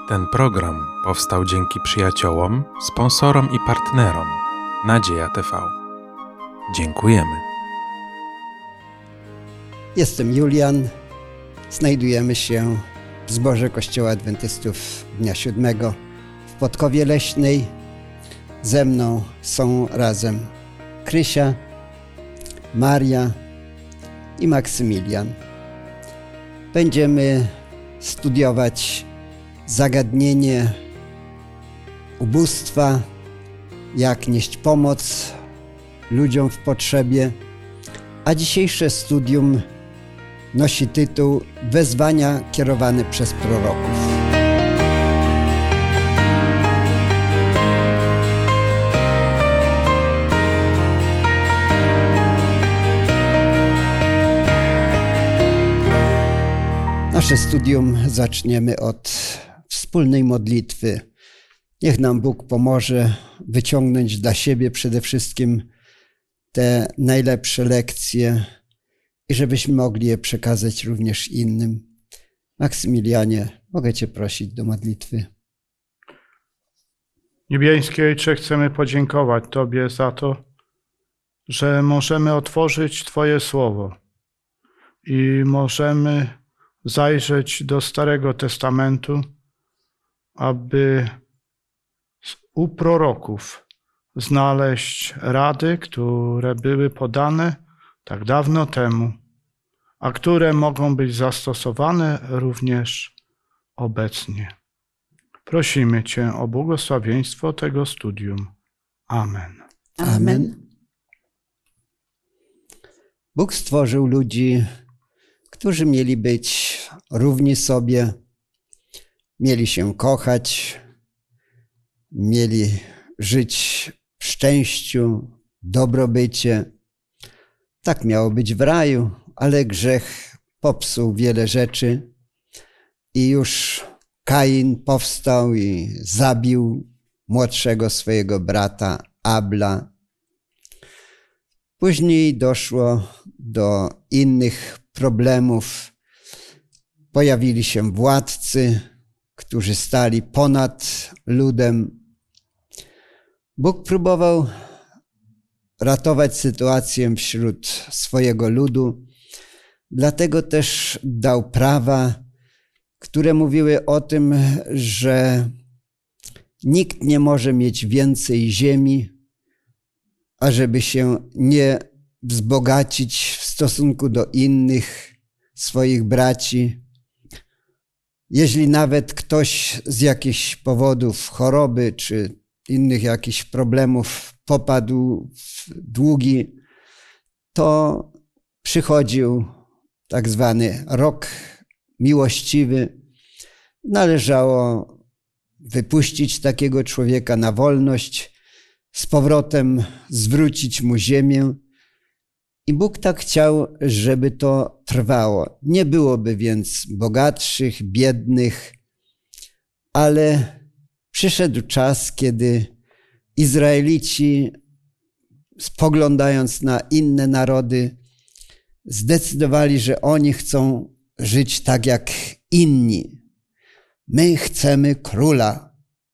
Ten program powstał dzięki przyjaciołom, sponsorom i partnerom Nadzieja TV. Dziękujemy. Jestem Julian. Znajdujemy się w zborze Kościoła Adwentystów Dnia Siódmego w Podkowie Leśnej. Ze mną są razem Krysia, Maria i Maksymilian. Będziemy studiować zagadnienie ubóstwa, jak nieść pomoc ludziom w potrzebie, a dzisiejsze studium nosi tytuł Wezwania kierowane przez proroków. Nasze studium zaczniemy od wspólnej modlitwy. Niech nam Bóg pomoże wyciągnąć dla siebie przede wszystkim te najlepsze lekcje i żebyśmy mogli je przekazać również innym. Maksymilianie, mogę Cię prosić do modlitwy. Niebiański Ojcze, chcemy podziękować Tobie za to, że możemy otworzyć Twoje Słowo i możemy zajrzeć do Starego Testamentu, aby u proroków znaleźć rady, które były podane tak dawno temu, a które mogą być zastosowane również obecnie. Prosimy Cię o błogosławieństwo tego studium. Amen. Amen. Bóg stworzył ludzi, którzy mieli być równi sobie, mieli się kochać, mieli żyć w szczęściu, dobrobycie. Tak miało być w raju, ale grzech popsuł wiele rzeczy i już Kain powstał i zabił młodszego swojego brata Abla. Później doszło do innych problemów. Pojawili się władcy, którzy stali ponad ludem. Bóg próbował ratować sytuację wśród swojego ludu, dlatego też dał prawa, które mówiły o tym, że nikt nie może mieć więcej ziemi, ażeby się nie wzbogacić w stosunku do innych swoich braci. Jeśli nawet ktoś z jakichś powodów choroby czy innych jakichś problemów popadł w długi, to przychodził tak zwany rok miłościwy. Należało wypuścić takiego człowieka na wolność, z powrotem zwrócić mu ziemię. I Bóg tak chciał, żeby to trwało. Nie byłoby więc bogatszych, biednych, ale przyszedł czas, kiedy Izraelici, spoglądając na inne narody, zdecydowali, że oni chcą żyć tak jak inni. My chcemy króla.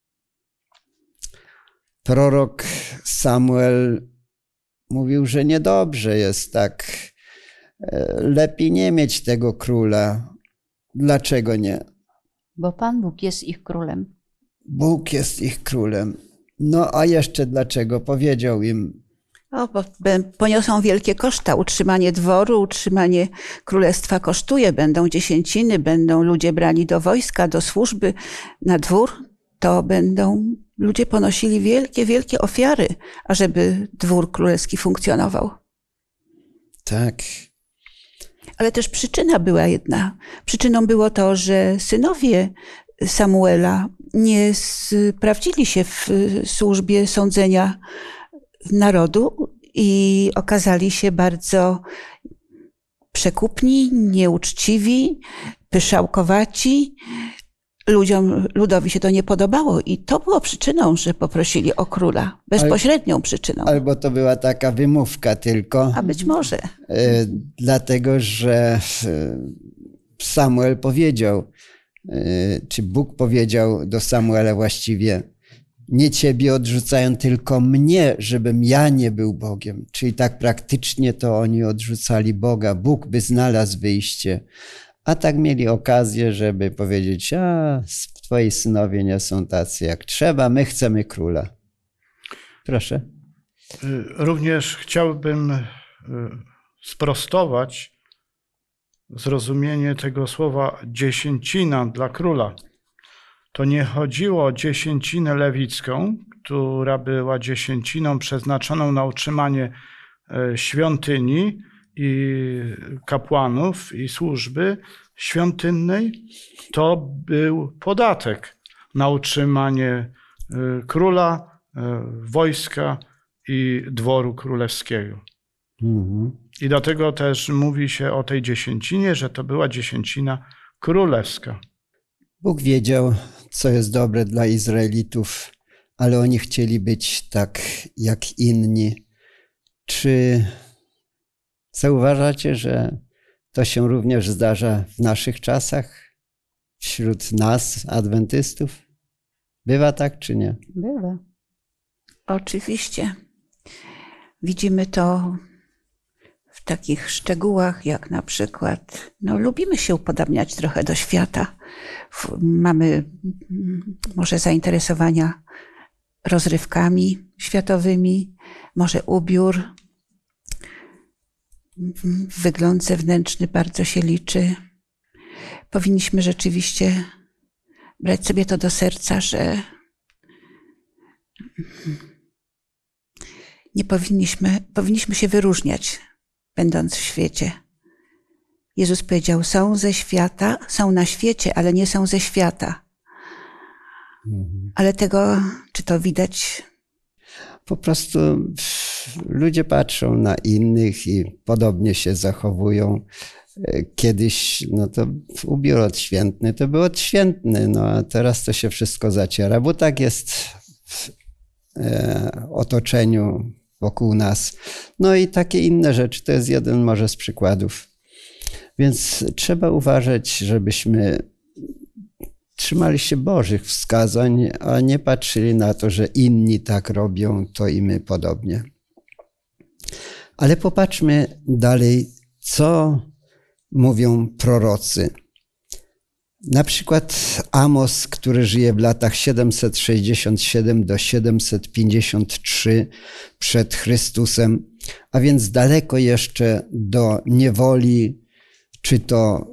Prorok Samuel mówił, że niedobrze jest tak. Lepiej nie mieć tego króla. Dlaczego nie? Bo Pan Bóg jest ich królem. Bóg jest ich królem. No a jeszcze dlaczego? Powiedział im. Bo poniosą wielkie koszta. Utrzymanie dworu, utrzymanie królestwa kosztuje. Będą dziesięciny, będą ludzie brani do wojska, do służby na dwór. To będą ludzie ponosili wielkie, wielkie ofiary, ażeby dwór królewski funkcjonował. Tak. Ale też przyczyna była jedna. Przyczyną było to, że synowie Samuela nie sprawdzili się w służbie sądzenia narodu i okazali się bardzo przekupni, nieuczciwi, pyszałkowaci. Ludowi się to nie podobało i to było przyczyną, że poprosili o króla. Bezpośrednią przyczyną. Albo to była taka wymówka tylko. A być może. Dlatego, że Samuel powiedział, czy Bóg powiedział do Samuela właściwie: nie ciebie odrzucają, tylko mnie, żebym ja nie był Bogiem. Czyli tak praktycznie to oni odrzucali Boga. Bóg by znalazł wyjście. A tak mieli okazję, żeby powiedzieć: a twoi synowie nie są tacy jak trzeba, my chcemy króla. Proszę. Również chciałbym sprostować zrozumienie tego słowa dziesięcina dla króla. To nie chodziło o dziesięcinę lewicką, która była dziesięciną przeznaczoną na utrzymanie świątyni i kapłanów i służby świątynnej. To był podatek na utrzymanie króla, wojska i dworu królewskiego. I dlatego też mówi się o tej dziesięcinie, że to była dziesięcina królewska. Bóg wiedział, co jest dobre dla Izraelitów, ale oni chcieli być tak jak inni. Czy zauważacie, że to się również zdarza w naszych czasach, wśród nas, adwentystów? Bywa tak, czy nie? Bywa. Oczywiście. Widzimy to w takich szczegółach, jak na przykład, lubimy się upodabniać trochę do świata. Mamy może zainteresowania rozrywkami światowymi, może ubiór. Wygląd zewnętrzny bardzo się liczy. Powinniśmy rzeczywiście brać sobie to do serca, że nie powinniśmy się wyróżniać, będąc w świecie. Jezus powiedział: są ze świata, są na świecie, ale nie są ze świata. Ale tego, czy to widać? Po prostu ludzie patrzą na innych i podobnie się zachowują. Kiedyś to ubiór odświętny to był odświętny, a teraz to się wszystko zaciera, bo tak jest w otoczeniu wokół nas. I takie inne rzeczy, to jest jeden może z przykładów. Więc trzeba uważać, żebyśmy trzymali się Bożych wskazań, a nie patrzyli na to, że inni tak robią, to i my podobnie. Ale popatrzmy dalej, co mówią prorocy. Na przykład Amos, który żyje w latach 767 do 753 przed Chrystusem, a więc daleko jeszcze do niewoli, czy to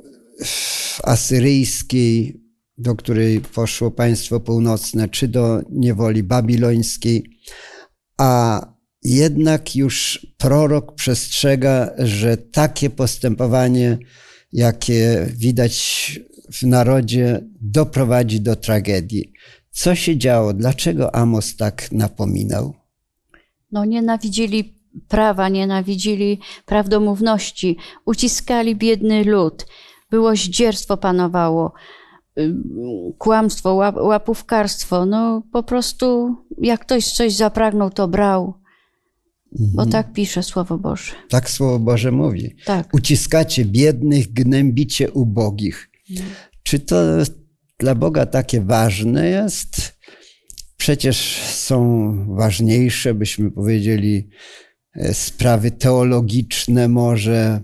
asyryjskiej, do której poszło państwo północne, czy do niewoli babilońskiej, a jednak już prorok przestrzega, że takie postępowanie, jakie widać w narodzie, doprowadzi do tragedii. Co się działo? Dlaczego Amos tak napominał? Nienawidzili prawa, nienawidzili prawdomówności, uciskali biedny lud, było zdzierstwo panowało, kłamstwo, łapówkarstwo. Po prostu jak ktoś coś zapragnął, to brał. Bo tak pisze Słowo Boże. Tak Słowo Boże mówi. Tak. Uciskacie biednych, gnębicie ubogich. Czy to dla Boga takie ważne jest? Przecież są ważniejsze, byśmy powiedzieli, sprawy teologiczne może,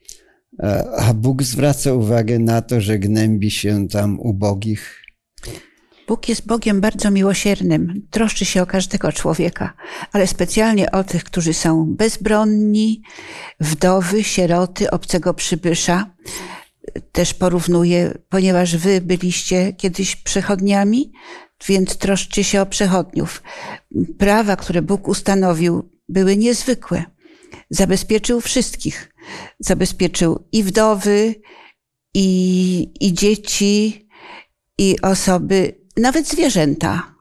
a Bóg zwraca uwagę na to, że gnębi się tam ubogich. Bóg jest Bogiem bardzo miłosiernym, troszczy się o każdego człowieka, ale specjalnie o tych, którzy są bezbronni, wdowy, sieroty, obcego przybysza. Też porównuje, ponieważ wy byliście kiedyś przechodniami, więc troszczcie się o przechodniów. Prawa, które Bóg ustanowił, były niezwykłe. Zabezpieczył wszystkich. Zabezpieczył i wdowy, i dzieci, i osoby, nawet zwierzęta.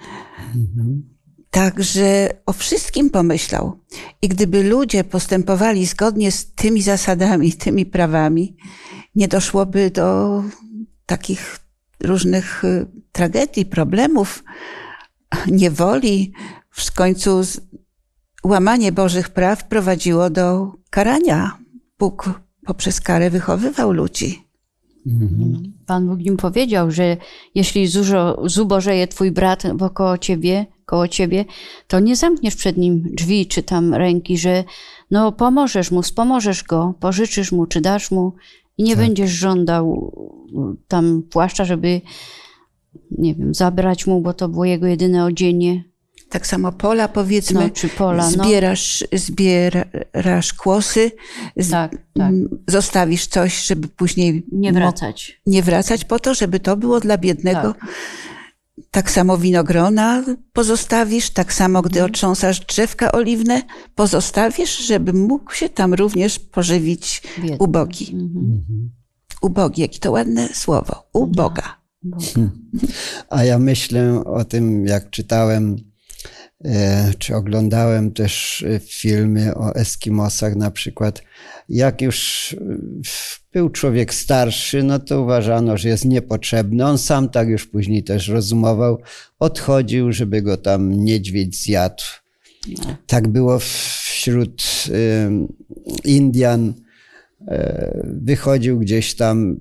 Także o wszystkim pomyślał. I gdyby ludzie postępowali zgodnie z tymi zasadami, tymi prawami, nie doszłoby do takich różnych tragedii, problemów, niewoli. W końcu łamanie Bożych praw prowadziło do karania. Bóg poprzez karę wychowywał ludzi. Pan Bóg im powiedział, że jeśli zubożeje twój brat koło ciebie, to nie zamkniesz przed nim drzwi czy tam ręki, że no pomożesz mu, wspomożesz go, pożyczysz mu czy dasz mu i nie będziesz żądał tam płaszcza, żeby, nie wiem, zabrać mu, bo to było jego jedyne odzienie. Tak samo pola, powiedzmy, No, czy pola, zbierasz kłosy, tak. Zostawisz coś, żeby później Nie wracać. Po to, żeby to było dla biednego. Tak samo winogrona pozostawisz, tak samo gdy otrząsasz drzewka oliwne, pozostawisz, żeby mógł się tam również pożywić Biedny. ubogi. Ubogi, jakie to ładne słowo. Uboga. A ja myślę o tym, jak czytałem, czy oglądałem też filmy o Eskimosach na przykład. Jak już był człowiek starszy, no to uważano, że jest niepotrzebny. On sam tak już później też rozumował. Odchodził, żeby go tam niedźwiedź zjadł. Tak było wśród Indian. Wychodził gdzieś tam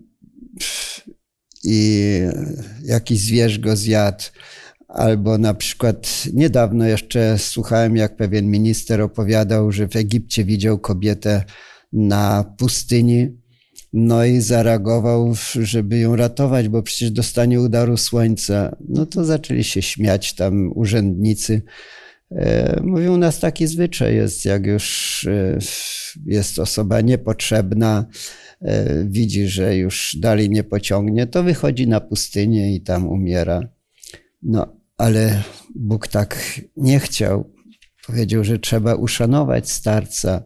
i jakiś zwierz go zjadł. Albo na przykład niedawno jeszcze słuchałem, jak pewien minister opowiadał, że w Egipcie widział kobietę na pustyni, no i zareagował, żeby ją ratować, bo przecież dostanie udaru słońca. No to zaczęli się śmiać tam urzędnicy. Mówią, u nas taki zwyczaj jest, jak już jest osoba niepotrzebna, widzi, że już dalej nie pociągnie, to wychodzi na pustynię i tam umiera. No, ale Bóg tak nie chciał. Powiedział, że trzeba uszanować starca,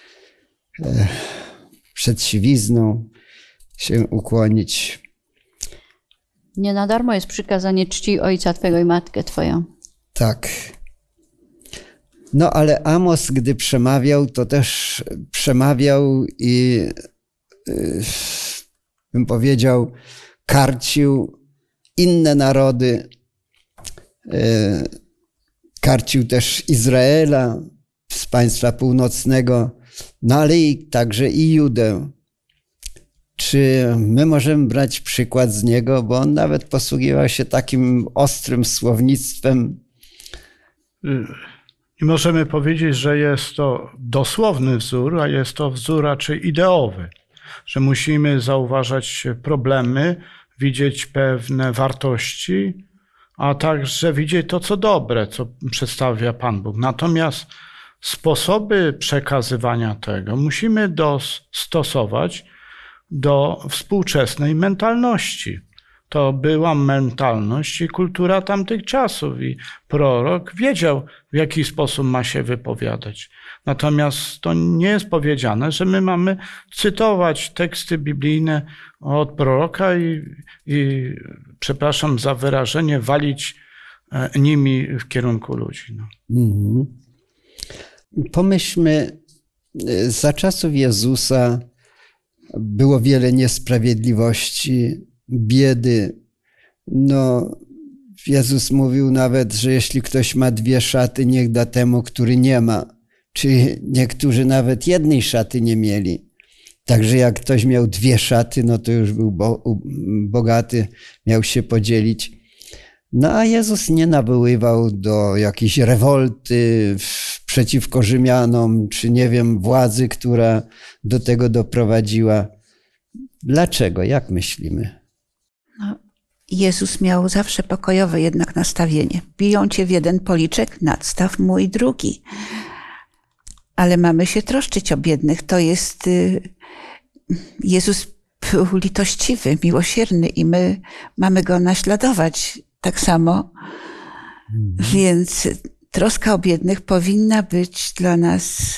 przed siwizną się ukłonić. Nie na darmo jest przykazanie czci ojca twego i matkę twoją. Tak. No, ale Amos, gdy przemawiał, to też przemawiał i bym powiedział, karcił inne narody. Karcił też Izraela z państwa północnego, no ale i także i Judę. Czy my możemy brać przykład z niego, bo on nawet posługiwał się takim ostrym słownictwem. I możemy powiedzieć, że jest to dosłowny wzór, a jest to wzór raczej ideowy, że musimy zauważać problemy, widzieć pewne wartości, a także widzieć to, co dobre, co przedstawia Pan Bóg. Natomiast sposoby przekazywania tego musimy dostosować do współczesnej mentalności. To była mentalność i kultura tamtych czasów i prorok wiedział, w jaki sposób ma się wypowiadać. Natomiast to nie jest powiedziane, że my mamy cytować teksty biblijne od proroka i przepraszam za wyrażenie, walić nimi w kierunku ludzi. No. Pomyślmy, za czasów Jezusa było wiele niesprawiedliwości, biedy. No, Jezus mówił nawet, że jeśli ktoś ma 2 szaty, niech da temu, który nie ma. Czy niektórzy nawet jednej szaty nie mieli. Także jak ktoś miał 2 szaty, no to już był bogaty, miał się podzielić. No a Jezus nie nawoływał do jakiejś rewolty przeciwko Rzymianom, czy nie wiem, władzy, która do tego doprowadziła. Dlaczego? Jak myślimy? No, Jezus miał zawsze pokojowe jednak nastawienie. Biją cię w jeden policzek, nadstaw mój drugi. Ale mamy się troszczyć o biednych. To jest... Jezus był litościwy, miłosierny i my mamy Go naśladować tak samo. Więc troska o biednych powinna być dla nas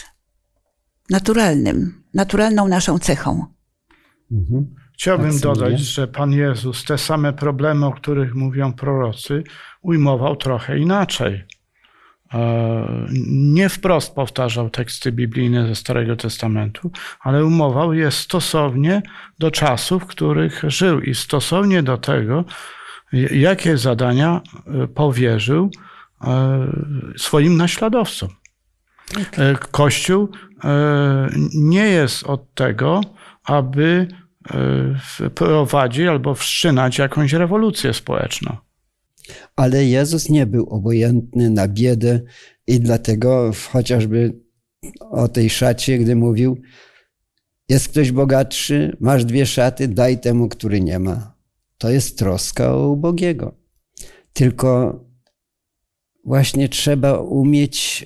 naturalną naszą cechą. Chciałbym Tak, dodać, że Pan Jezus te same problemy, o których mówią prorocy, ujmował trochę inaczej. Nie wprost powtarzał teksty biblijne ze Starego Testamentu, ale ujmował je stosownie do czasów, w których żył i stosownie do tego, jakie zadania powierzył swoim naśladowcom. Kościół nie jest od tego, aby prowadzi albo wszczynać jakąś rewolucję społeczną. Ale Jezus nie był obojętny na biedę i dlatego chociażby o tej szacie, gdy mówił: jest ktoś bogatszy, masz 2 szaty, daj temu, który nie ma. To jest troska o ubogiego. Tylko właśnie trzeba umieć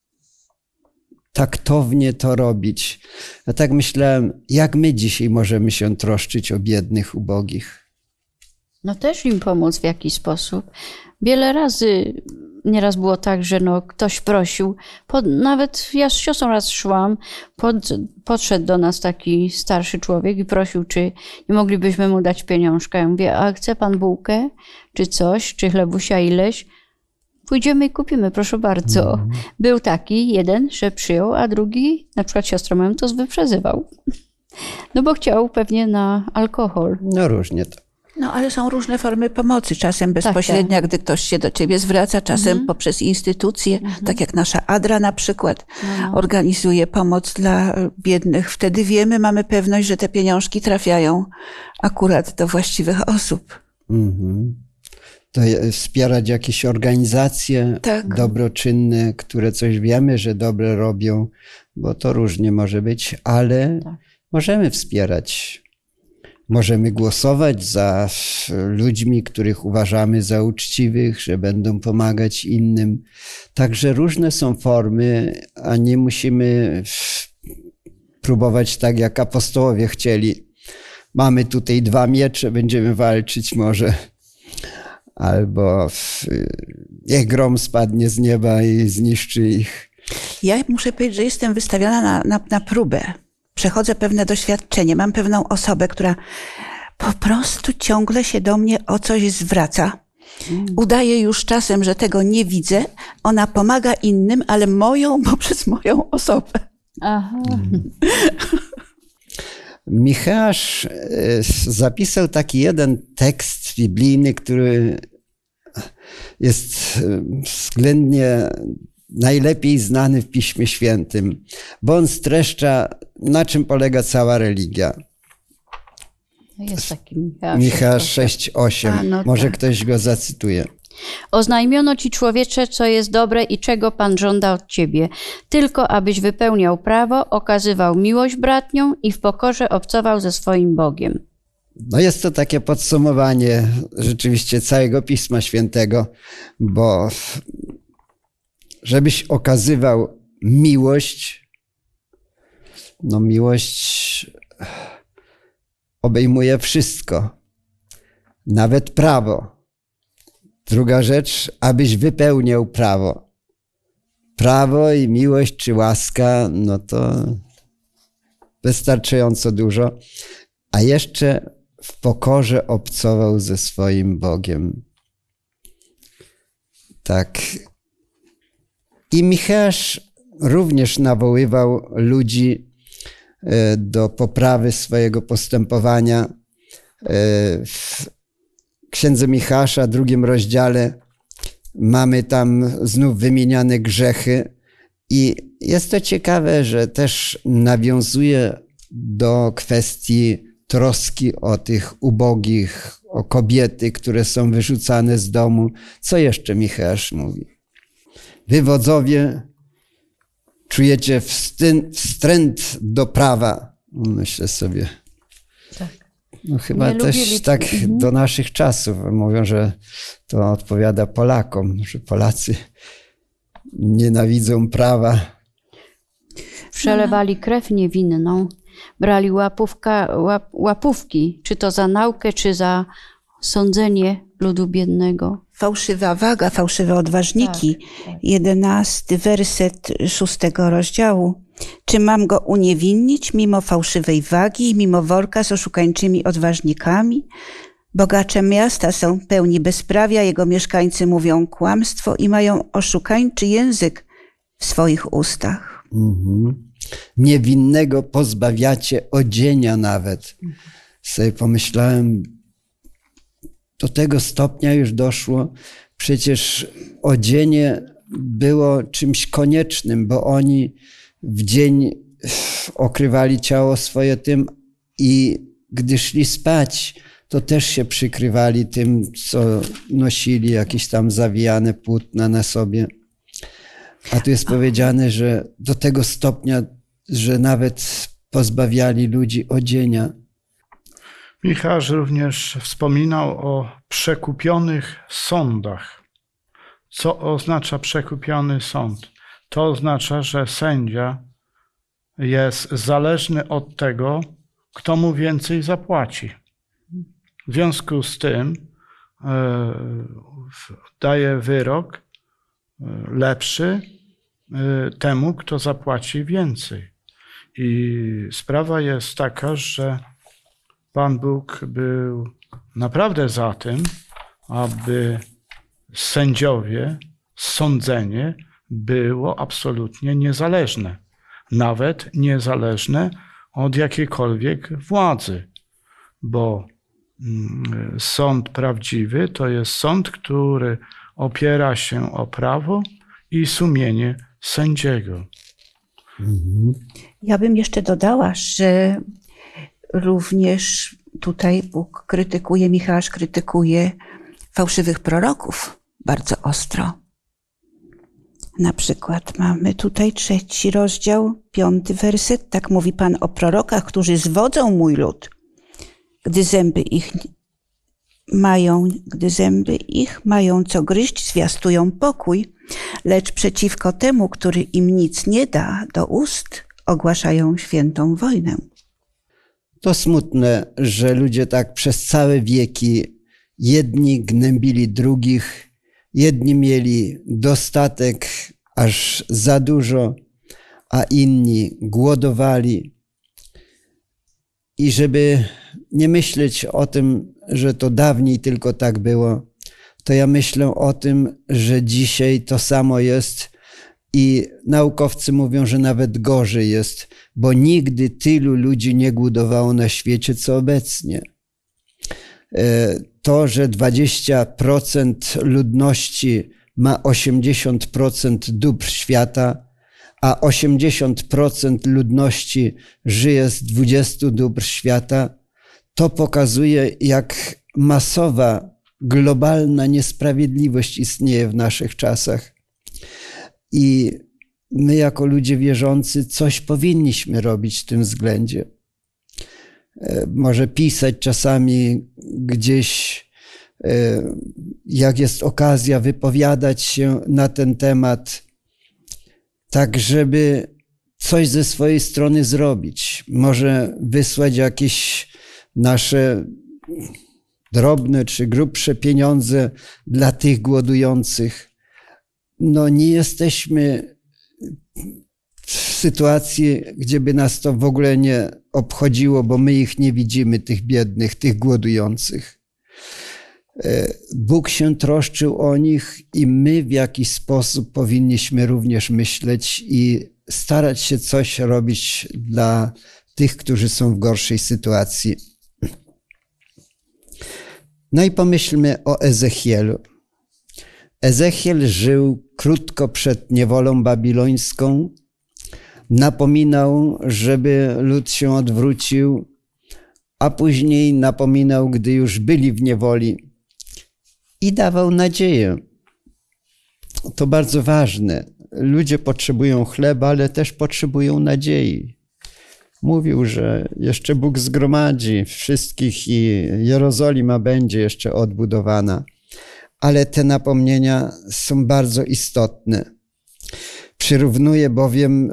taktownie to robić. Ja tak myślałem, jak my dzisiaj możemy się troszczyć o biednych, ubogich? No też im pomóc w jakiś sposób. Wiele razy, nieraz było tak, że ktoś prosił, nawet ja z siostrą raz szłam, podszedł do nas taki starszy człowiek i prosił, czy nie moglibyśmy mu dać pieniążka. Ja mówię: a chce pan bułkę, czy coś, czy chlebusia ileś? Pójdziemy i kupimy, proszę bardzo. Był taki jeden, że przyjął, a drugi, na przykład siostrą moją, to wyprzezywał. No bo chciał pewnie na alkohol. No różnie to. No ale są różne formy pomocy. Czasem bezpośrednia, gdy ktoś się do ciebie zwraca, czasem poprzez instytucje, tak jak nasza Adra na przykład organizuje pomoc dla biednych. Wtedy wiemy, mamy pewność, że te pieniążki trafiają akurat do właściwych osób. To wspierać jakieś organizacje dobroczynne, które coś wiemy, że dobre robią, bo to różnie może być, ale możemy wspierać. Możemy głosować za ludźmi, których uważamy za uczciwych, że będą pomagać innym. Także różne są formy, a nie musimy próbować tak, jak apostołowie chcieli. Mamy tutaj 2 miecze, będziemy walczyć może. Albo niech grom spadnie z nieba i zniszczy ich. Ja muszę powiedzieć, że jestem wystawiona na próbę. Przechodzę pewne doświadczenie. Mam pewną osobę, która po prostu ciągle się do mnie o coś zwraca. Udaje już czasem, że tego nie widzę. Ona pomaga innym, ale poprzez moją osobę. Aha. Micheasz zapisał taki jeden tekst biblijny, który jest względnie najlepiej znany w Piśmie Świętym, bo on streszcza, na czym polega cała religia. Jest taki Micheasz 6:8. Może ktoś go zacytuje. Oznajmiono ci, człowiecze, co jest dobre i czego Pan żąda od ciebie, tylko abyś wypełniał prawo, okazywał miłość bratnią i w pokorze obcował ze swoim Bogiem. No jest to takie podsumowanie rzeczywiście całego Pisma Świętego, bo żebyś okazywał miłość, no miłość obejmuje wszystko, nawet prawo. Druga rzecz, abyś wypełniał prawo. Prawo i miłość czy łaska, no to wystarczająco dużo. A jeszcze w pokorze obcował ze swoim Bogiem. Tak. I Micheasz również nawoływał ludzi do poprawy swojego postępowania. W Księdze Micheasza, 2 rozdziale, mamy tam znów wymieniane grzechy i jest to ciekawe, że też nawiązuje do kwestii troski o tych ubogich, o kobiety, które są wyrzucane z domu. Co jeszcze Micheasz mówi? Wy, wodzowie, czujecie wstręt do prawa. Myślę sobie. No chyba też tak do naszych czasów. Mówią, że to odpowiada Polakom, że Polacy nienawidzą prawa. Przelewali krew niewinną, brali łapówki, czy to za naukę, czy za sądzenie ludu biednego. Fałszywa waga, fałszywe odważniki. 11 werset 6 rozdziału. Czy mam go uniewinnić mimo fałszywej wagi i mimo worka z oszukańczymi odważnikami? Bogacze miasta są pełni bezprawia, jego mieszkańcy mówią kłamstwo i mają oszukańczy język w swoich ustach. Niewinnego pozbawiacie odzienia nawet. Sobie pomyślałem, do tego stopnia już doszło. Przecież odzienie było czymś koniecznym, bo oni w dzień okrywali ciało swoje tym i gdy szli spać, to też się przykrywali tym, co nosili, jakieś tam zawijane płótna na sobie. A tu jest powiedziane, że do tego stopnia, że nawet pozbawiali ludzi odzienia. Michał również wspominał o przekupionych sądach. Co oznacza przekupiony sąd? To oznacza, że sędzia jest zależny od tego, kto mu więcej zapłaci. W związku z tym daje wyrok lepszy temu, kto zapłaci więcej. I sprawa jest taka, że Pan Bóg był naprawdę za tym, aby sędziowie, sądzenie było absolutnie niezależne. Nawet niezależne od jakiejkolwiek władzy. Bo sąd prawdziwy to jest sąd, który opiera się o prawo i sumienie sędziego. Ja bym jeszcze dodała, że również tutaj Bóg krytykuje, Michał krytykuje fałszywych proroków bardzo ostro. Na przykład mamy tutaj 3 rozdział, 5 werset. Tak mówi Pan o prorokach, którzy zwodzą mój lud, gdy zęby ich mają co gryźć, zwiastują pokój, lecz przeciwko temu, który im nic nie da do ust, ogłaszają świętą wojnę. To smutne, że ludzie tak przez całe wieki jedni gnębili drugich, jedni mieli dostatek aż za dużo, a inni głodowali. I żeby nie myśleć o tym, że to dawniej tylko tak było, to ja myślę o tym, że dzisiaj to samo jest i naukowcy mówią, że nawet gorzej jest, bo nigdy tylu ludzi nie głodowało na świecie, co obecnie. To, że 20% ludności ma 80% dóbr świata, a 80% ludności żyje z 20 dóbr świata, to pokazuje, jak masowa, globalna niesprawiedliwość istnieje w naszych czasach. I my jako ludzie wierzący coś powinniśmy robić w tym względzie. Może pisać czasami gdzieś, jak jest okazja, wypowiadać się na ten temat, tak żeby coś ze swojej strony zrobić. Może wysłać jakieś nasze drobne czy grubsze pieniądze dla tych głodujących. No nie jesteśmy w sytuacji, gdzie by nas to w ogóle nie obchodziło, bo my ich nie widzimy, tych biednych, tych głodujących. Bóg się troszczył o nich i my w jakiś sposób powinniśmy również myśleć i starać się coś robić dla tych, którzy są w gorszej sytuacji. No i pomyślmy o Ezechielu. Ezechiel żył krótko przed niewolą babilońską, napominał, żeby lud się odwrócił, a później napominał, gdy już byli w niewoli i dawał nadzieję. To bardzo ważne. Ludzie potrzebują chleba, ale też potrzebują nadziei. Mówił, że jeszcze Bóg zgromadzi wszystkich i Jerozolima będzie jeszcze odbudowana. Ale te napomnienia są bardzo istotne. Przyrównuje bowiem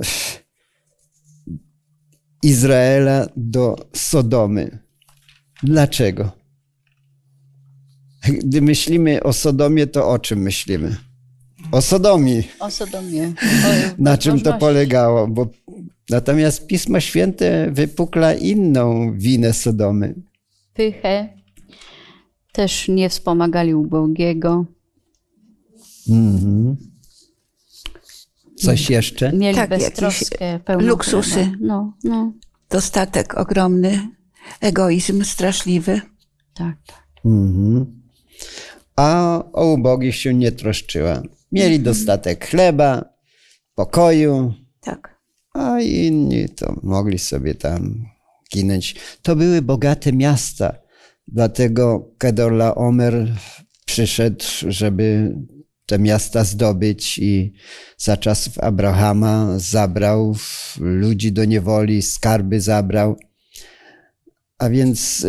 Izraela do Sodomy. Dlaczego? Gdy myślimy o Sodomie, to o czym myślimy? O Sodomii. O Sodomie. Na czym to polegało? Bo natomiast Pismo Święte wypukla inną winę Sodomy. Pychę. Też nie wspomagali ubogiego. Coś jeszcze? Mieli Tak, beztroskę, pełną luksusy. chleba. No, Dostatek ogromny, egoizm straszliwy. tak. A o ubogich się nie troszczyła. Mieli dostatek chleba, pokoju, Tak. a inni to mogli sobie tam ginąć. To były bogate miasta, dlatego Kedorlaomer przyszedł, żeby te miasta zdobyć i za czasów Abrahama zabrał ludzi do niewoli, skarby zabrał. A więc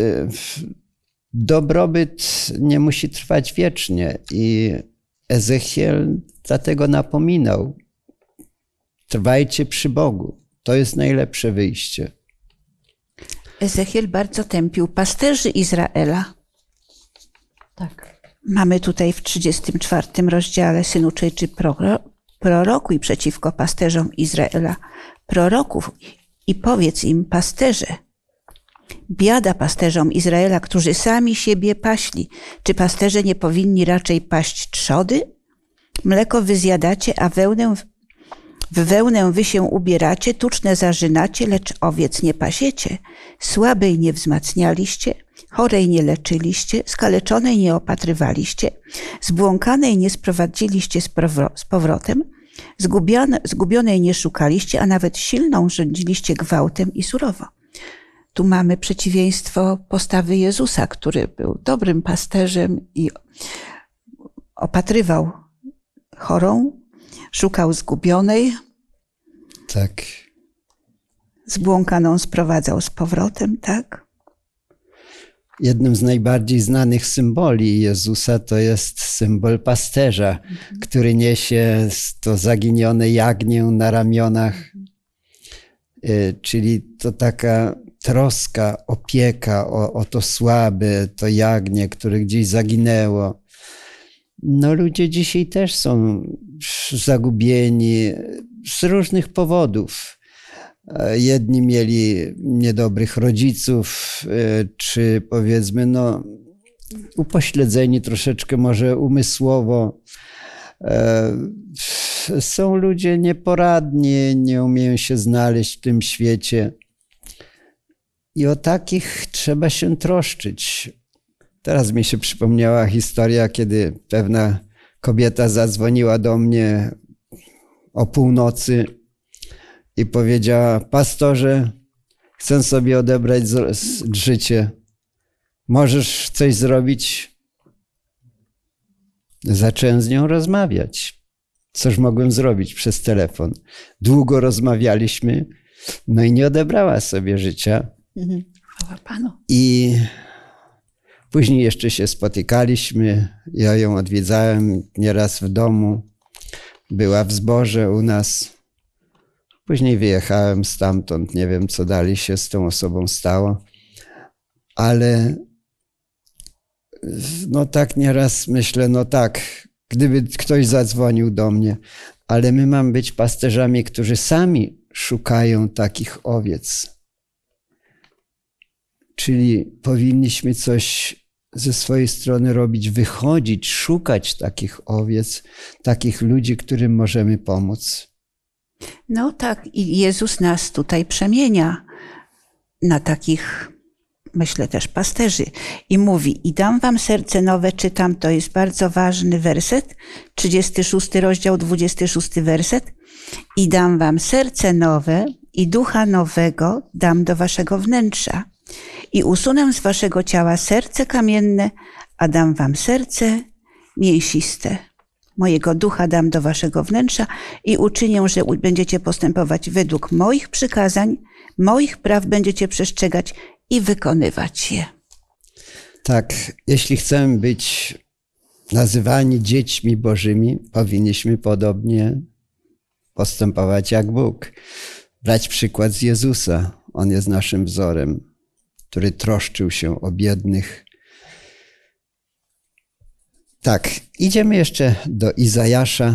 dobrobyt nie musi trwać wiecznie i Ezechiel dlatego napominał: trwajcie przy Bogu, to jest najlepsze wyjście. Ezechiel bardzo tępił pasterzy Izraela. Tak. Mamy tutaj w 34 rozdziale: Synu czyjczy, prorokuj przeciwko pasterzom Izraela, proroków i powiedz im: pasterze, biada pasterzom Izraela, którzy sami siebie paśli. Czy pasterze nie powinni raczej paść trzody? Mleko wy zjadacie, a w wełnę wy się ubieracie, tuczne zarzynacie, lecz owiec nie pasiecie. Słabej nie wzmacnialiście, chorej nie leczyliście, skaleczonej nie opatrywaliście, zbłąkanej nie sprowadziliście z powrotem, zgubionej nie szukaliście, a nawet silną rządziliście gwałtem i surowo. Tu mamy przeciwieństwo postawy Jezusa, który był dobrym pasterzem i opatrywał chorą, szukał zgubionej, Tak. zbłąkaną sprowadzał z powrotem, tak? Jednym z najbardziej znanych symboli Jezusa to jest symbol pasterza, który niesie to zaginione jagnię na ramionach, czyli to taka troska, opieka o to słabe, to jagnię, które gdzieś zaginęło. No ludzie dzisiaj też są zagubieni z różnych powodów. Jedni mieli niedobrych rodziców, czy powiedzmy upośledzeni troszeczkę może umysłowo. Są ludzie nieporadni, nie umieją się znaleźć w tym świecie. I o takich trzeba się troszczyć. Teraz mi się przypomniała historia, kiedy pewna kobieta zadzwoniła do mnie o północy i powiedziała: pastorze, chcę sobie odebrać życie. Możesz coś zrobić? Zacząłem z nią rozmawiać. Cóż mogłem zrobić przez telefon? Długo rozmawialiśmy, no i nie odebrała sobie życia. Chwała Panu. I później jeszcze się spotykaliśmy. Ja ją odwiedzałem nieraz w domu. Była w zborze u nas. Później wyjechałem stamtąd. Nie wiem, co dalej się z tą osobą stało. Ale tak nieraz myślę, gdyby ktoś zadzwonił do mnie, ale my mamy być pasterzami, którzy sami szukają takich owiec. Czyli powinniśmy coś ze swojej strony robić, wychodzić, szukać takich owiec, takich ludzi, którym możemy pomóc. No tak, i Jezus nas tutaj przemienia na takich, myślę, też pasterzy. I mówi: i dam wam serce nowe, czytam, to jest bardzo ważny werset, 36 rozdział, 26 werset. I dam wam serce nowe i ducha nowego dam do waszego wnętrza. I usunę z waszego ciała serce kamienne, a dam wam serce mięsiste. Mojego ducha dam do waszego wnętrza i uczynię, że będziecie postępować według moich przykazań, moich praw będziecie przestrzegać i wykonywać je. Tak, jeśli chcemy być nazywani dziećmi Bożymi, powinniśmy podobnie postępować jak Bóg. Brać przykład z Jezusa. On jest naszym wzorem, który troszczył się o biednych. Tak, idziemy jeszcze do Izajasza.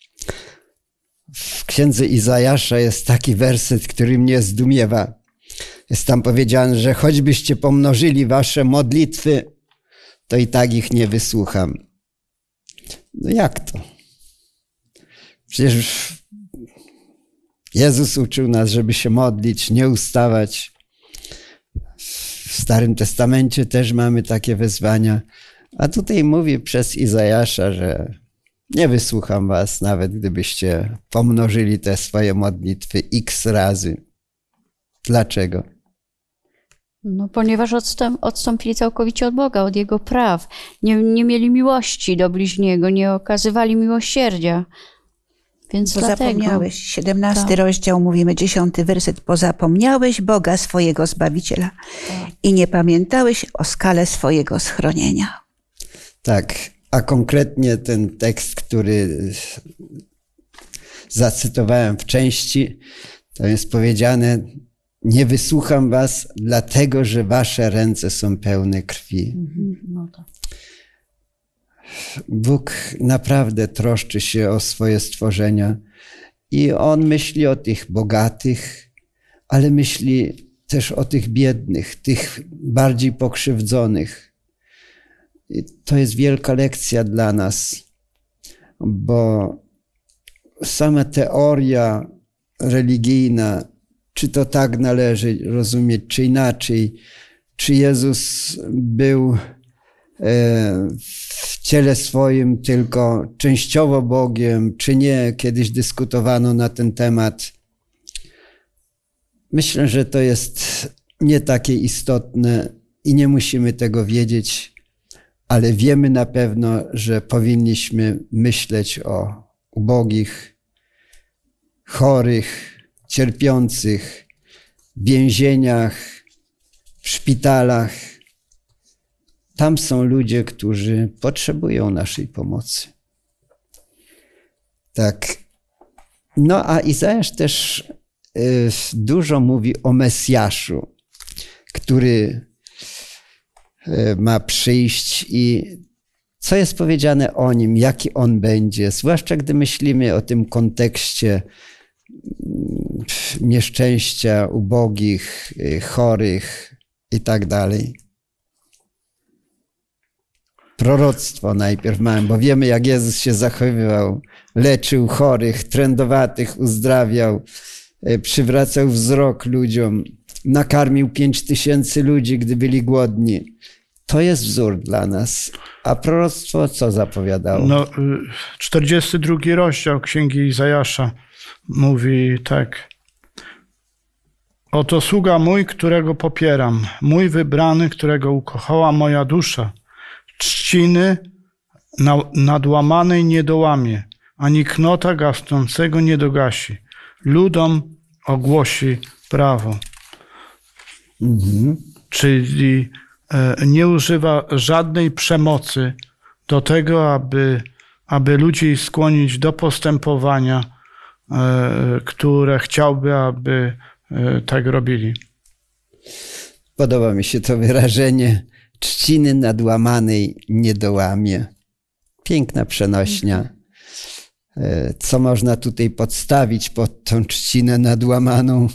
W księdze Izajasza jest taki werset, który mnie zdumiewa. Jest tam powiedziane, że choćbyście pomnożyli wasze modlitwy, to i tak ich nie wysłucham. No jak to? Przecież Jezus uczył nas, żeby się modlić, nie ustawać. W Starym Testamencie też mamy takie wezwania. A tutaj mówi przez Izajasza, że nie wysłucham was, nawet gdybyście pomnożyli te swoje modlitwy x razy. Dlaczego? No, ponieważ odstąpili całkowicie od Boga, od Jego praw. Nie mieli miłości do bliźniego, nie okazywali miłosierdzia. Więc Bo dlatego. zapomniałeś, 17 Tak. rozdział, mówimy 10 werset, bo zapomniałeś Boga swojego Zbawiciela i nie pamiętałeś o skale swojego schronienia. Tak, a konkretnie ten tekst, który zacytowałem w części, to jest powiedziane: nie wysłucham was, dlatego że wasze ręce są pełne krwi. No to. Bóg naprawdę troszczy się o swoje stworzenia i On myśli o tych bogatych, ale myśli też o tych biednych, tych bardziej pokrzywdzonych. I to jest wielka lekcja dla nas, bo sama teoria religijna, czy to tak należy rozumieć, czy inaczej, czy Jezus był w ciele swoim tylko częściowo Bogiem, czy nie. Kiedyś dyskutowano na ten temat. Myślę, że to jest nie takie istotne i nie musimy tego wiedzieć, ale wiemy na pewno, że powinniśmy myśleć o ubogich, chorych, cierpiących, w więzieniach, w szpitalach. Tam są ludzie, którzy potrzebują naszej pomocy. Tak. No a Izajasz też dużo mówi o Mesjaszu, który ma przyjść i co jest powiedziane o nim, jaki on będzie, zwłaszcza gdy myślimy o tym kontekście nieszczęścia, ubogich, chorych i tak dalej. Proroctwo najpierw mamy, bo wiemy, jak Jezus się zachowywał. Leczył chorych, trędowatych, uzdrawiał, przywracał wzrok ludziom, nakarmił 5000 ludzi, gdy byli głodni. To jest wzór dla nas. A proroctwo co zapowiadało? No, 42 rozdział Księgi Izajasza mówi tak. Oto sługa mój, którego popieram, mój wybrany, którego ukochała moja dusza. Trzciny nadłamanej nie dołamie, ani knota gasnącego nie dogasi. Ludom ogłosi prawo. Czyli nie używa żadnej przemocy do tego, aby ludzi skłonić do postępowania, które chciałby, aby tak robili. Podoba mi się to wyrażenie. Trzciny nadłamanej nie dołamie. Piękna przenośnia. Co można tutaj podstawić pod tą trzcinę nadłamaną?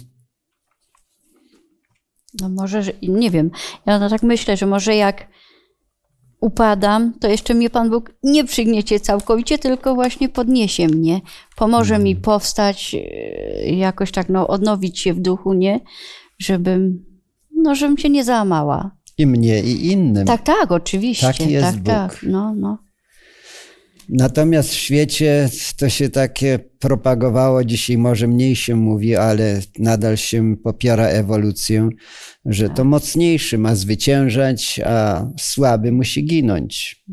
No może, nie wiem, ja tak myślę, że może jak upadam, to jeszcze mnie Pan Bóg nie przygniecie całkowicie, tylko właśnie podniesie mnie. Pomoże mi powstać, jakoś tak odnowić się w duchu, nie? Żebym się nie załamała. I mnie, i innym. Tak, oczywiście. Taki jest tak, Bóg. tak. No. Natomiast w świecie to się takie propagowało, dzisiaj może mniej się mówi, ale nadal się popiera ewolucję, że to mocniejszy ma zwyciężać, a słaby musi ginąć.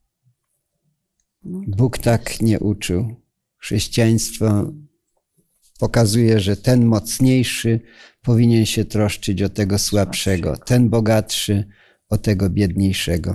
Bóg tak nie uczył. Chrześcijaństwo pokazuje, że ten mocniejszy powinien się troszczyć o tego słabszego, ten bogatszy o tego biedniejszego.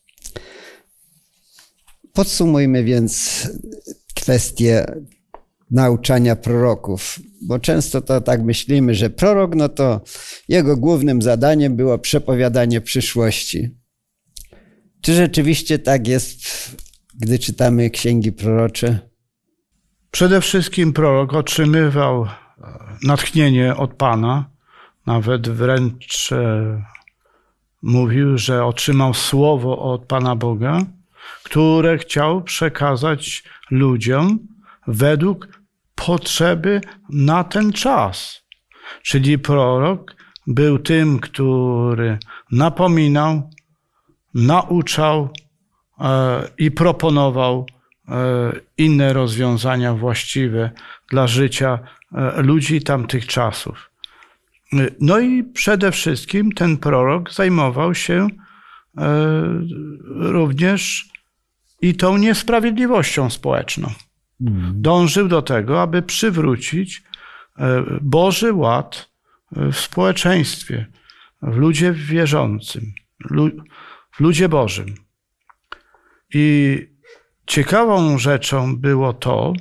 Podsumujmy więc kwestię nauczania proroków, bo często to tak myślimy, że prorok, no to jego głównym zadaniem było przepowiadanie przyszłości. Czy rzeczywiście tak jest, gdy czytamy księgi prorocze? Przede wszystkim prorok otrzymywał natchnienie od Pana, nawet wręcz mówił, że otrzymał słowo od Pana Boga, które chciał przekazać ludziom według potrzeby na ten czas. Czyli prorok był tym, który napominał, nauczał i proponował inne rozwiązania właściwe dla życia ludzi tamtych czasów. No i przede wszystkim ten prorok zajmował się również i tą niesprawiedliwością społeczną. Dążył do tego, aby przywrócić Boży ład w społeczeństwie, w ludzie wierzącym, w ludzie Bożym. I ciekawą rzeczą było to,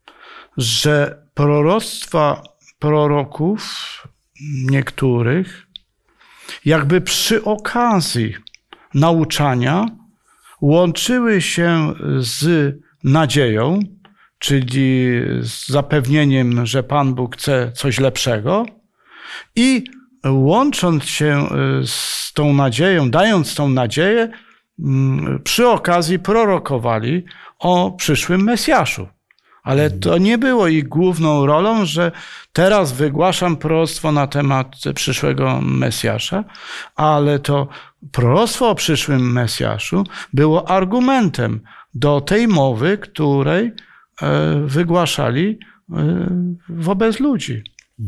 że proroctwa proroków niektórych jakby przy okazji nauczania łączyły się z nadzieją, czyli z zapewnieniem, że Pan Bóg chce coś lepszego, i łącząc się z tą nadzieją, dając tą nadzieję, przy okazji prorokowali o przyszłym Mesjaszu. Ale to nie było ich główną rolą, że teraz wygłaszam proroctwo na temat przyszłego Mesjasza, ale to proroctwo o przyszłym Mesjaszu było argumentem do tej mowy, której wygłaszali wobec ludzi.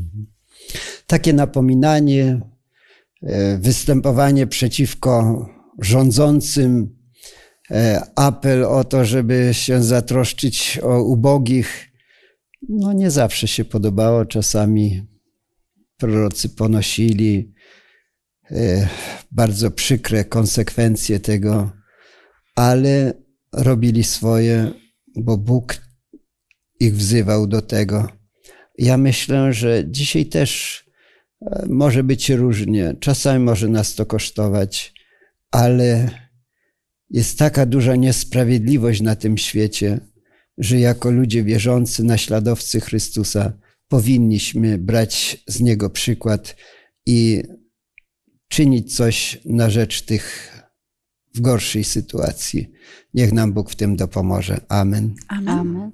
Takie napominanie, występowanie przeciwko rządzącym, apel o to, żeby się zatroszczyć o ubogich, no nie zawsze się podobało. Czasami prorocy ponosili bardzo przykre konsekwencje tego, ale robili swoje, bo Bóg ich wzywał do tego. Ja myślę, że dzisiaj też może być różnie. Czasami może nas to kosztować, ale jest taka duża niesprawiedliwość na tym świecie, że jako ludzie wierzący, naśladowcy Chrystusa powinniśmy brać z Niego przykład i czynić coś na rzecz tych w gorszej sytuacji. Niech nam Bóg w tym dopomoże. Amen. Amen.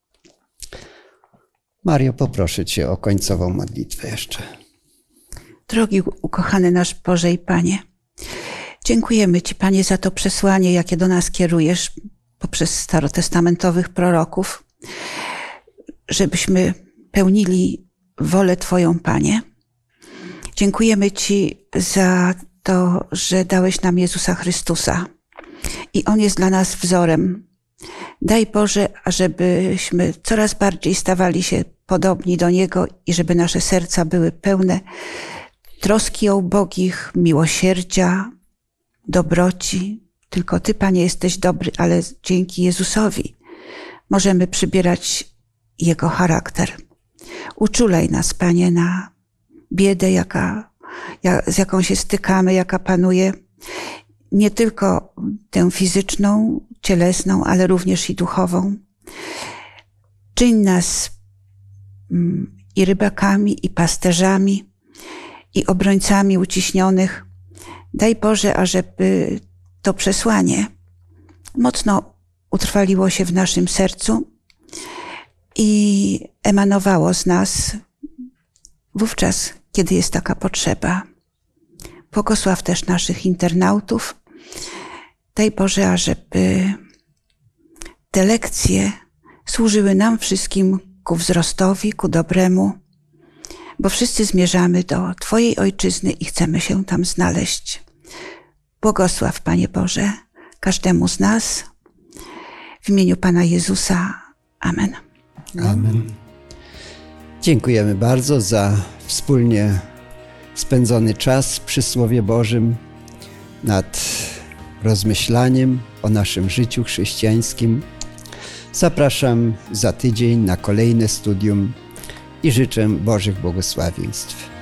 Mario, poproszę Cię o końcową modlitwę jeszcze. Drogi ukochany nasz Boże i Panie, dziękujemy Ci, Panie, za to przesłanie, jakie do nas kierujesz poprzez starotestamentowych proroków, żebyśmy pełnili wolę Twoją, Panie. Dziękujemy Ci za to, że dałeś nam Jezusa Chrystusa i On jest dla nas wzorem. Daj Boże, ażebyśmy coraz bardziej stawali się podobni do Niego i żeby nasze serca były pełne troski o ubogich, miłosierdzia, dobroci. Tylko Ty, Panie, jesteś dobry, ale dzięki Jezusowi możemy przybierać Jego charakter. Uczulaj nas, Panie, na biedę, z jaką się stykamy, jaka panuje, nie tylko tę fizyczną, cielesną, ale również i duchową. Czyń nas i rybakami, i pasterzami, i obrońcami uciśnionych. Daj Boże, ażeby to przesłanie mocno utrwaliło się w naszym sercu i emanowało z nas wówczas, kiedy jest taka potrzeba. Błogosław też naszych internautów. Daj Boże, ażeby te lekcje służyły nam wszystkim ku wzrostowi, ku dobremu, bo wszyscy zmierzamy do Twojej Ojczyzny i chcemy się tam znaleźć. Błogosław, Panie Boże, każdemu z nas. W imieniu Pana Jezusa. Amen. Amen. Dziękujemy bardzo za wspólnie spędzony czas przy Słowie Bożym nad rozmyślaniem o naszym życiu chrześcijańskim. Zapraszam za tydzień na kolejne studium i życzę Bożych błogosławieństw.